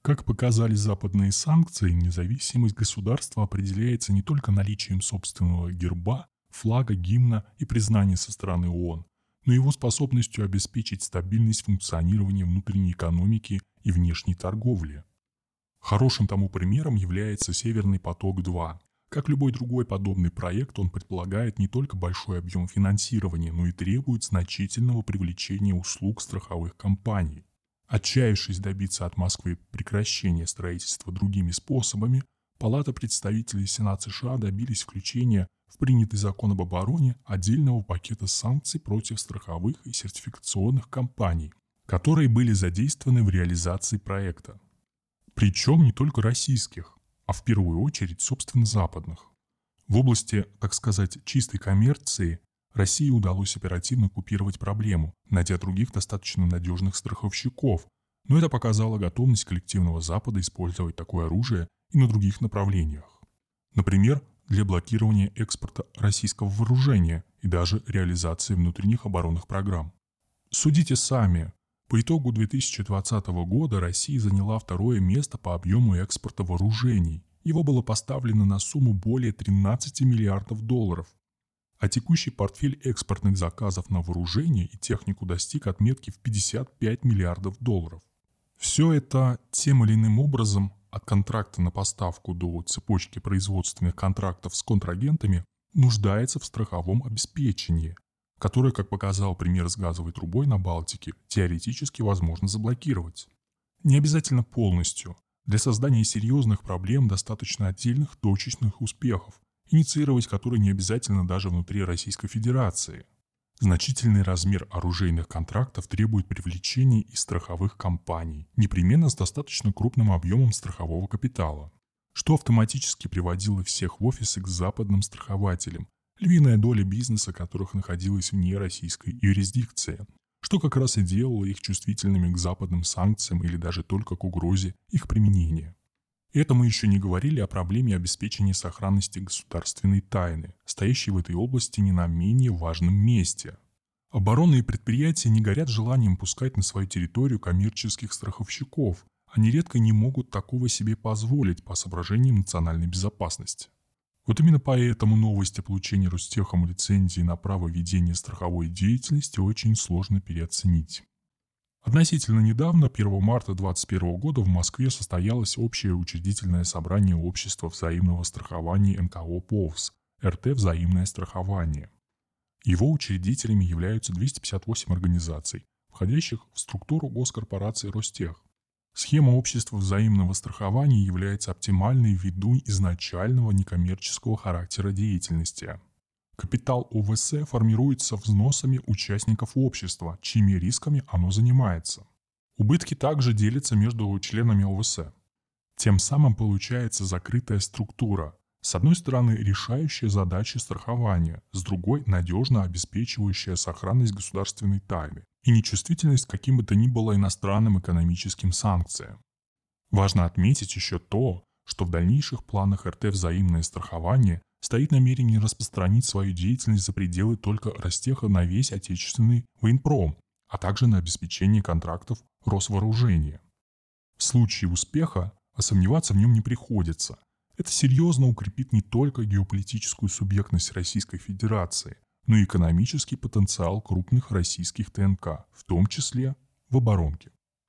Как показали западные санкции, независимость государства определяется не только наличием собственного герба, флага, гимна и признания со стороны ООН, но и его способностью обеспечить стабильность функционирования внутренней экономики и внешней торговли. Хорошим тому примером является «Северный поток-2». Как любой другой подобный проект, он предполагает не только большой объем финансирования, но и требует значительного привлечения услуг страховых компаний. Отчаявшись добиться от Москвы прекращения строительства другими способами, Палата представителей и Сенат США добились включения в принятый закон об обороне отдельного пакета санкций против страховых и сертификационных компаний, которые были задействованы в реализации проекта. Причем не только российских, а в первую очередь, собственно, западных. В области, так сказать, чистой коммерции России удалось оперативно купировать проблему, найдя других достаточно надежных страховщиков, но это показало готовность коллективного Запада использовать такое оружие и на других направлениях. Например, для блокирования экспорта российского вооружения и даже реализации внутренних оборонных программ. Судите сами. По итогу 2020 года Россия заняла второе место по объему экспорта вооружений. Его было поставлено на сумму более 13 миллиардов долларов. А текущий портфель экспортных заказов на вооружение и технику достиг отметки в 55 миллиардов долларов. Все это тем или иным образом, от контракта на поставку до цепочки производственных контрактов с контрагентами, нуждается в страховом обеспечении, которое, как показал пример с газовой трубой на Балтике, теоретически возможно заблокировать. Не обязательно полностью. Для создания серьезных проблем достаточно отдельных точечных успехов, инициировать которые не обязательно даже внутри Российской Федерации. Значительный размер оружейных контрактов требует привлечения и страховых компаний, непременно с достаточно крупным объемом страхового капитала, что автоматически приводило всех в офисы к западным страхователям, львиная доля бизнеса которых находилась вне российской юрисдикции, что как раз и делало их чувствительными к западным санкциям или даже только к угрозе их применения. Это мы еще не говорили о проблеме обеспечения сохранности государственной тайны, стоящей в этой области не на менее важном месте. Оборонные предприятия не горят желанием пускать на свою территорию коммерческих страховщиков, они редко не могут такого себе позволить по соображениям национальной безопасности. Вот именно поэтому новость о получении Ростехом лицензии на право ведения страховой деятельности очень сложно переоценить. Относительно недавно, 1 марта 2021 года, в Москве состоялось общее учредительное собрание Общества взаимного страхования НКО ПОВС, РТ «Взаимное страхование». Его учредителями являются 258 организаций, входящих в структуру госкорпорации Ростех. Схема общества взаимного страхования является оптимальной ввиду изначального некоммерческого характера деятельности. Капитал ОВС формируется взносами участников общества, чьими рисками оно занимается. Убытки также делятся между членами ОВС. Тем самым получается закрытая структура. С одной стороны, решающая задачи страхования, с другой – надежно обеспечивающая сохранность государственной тайны и нечувствительность к каким бы то ни было иностранным экономическим санкциям. Важно отметить еще то, что в дальнейших планах РТ «Взаимное страхование» стоит намерение распространить свою деятельность за пределы только Ростеха на весь отечественный военпром, а также на обеспечение контрактов Росвооружения. В случае успеха сомневаться в нем не приходится. Это серьезно укрепит не только геополитическую субъектность Российской Федерации, но и экономический потенциал крупных российских ТНК, в том числе в оборонке.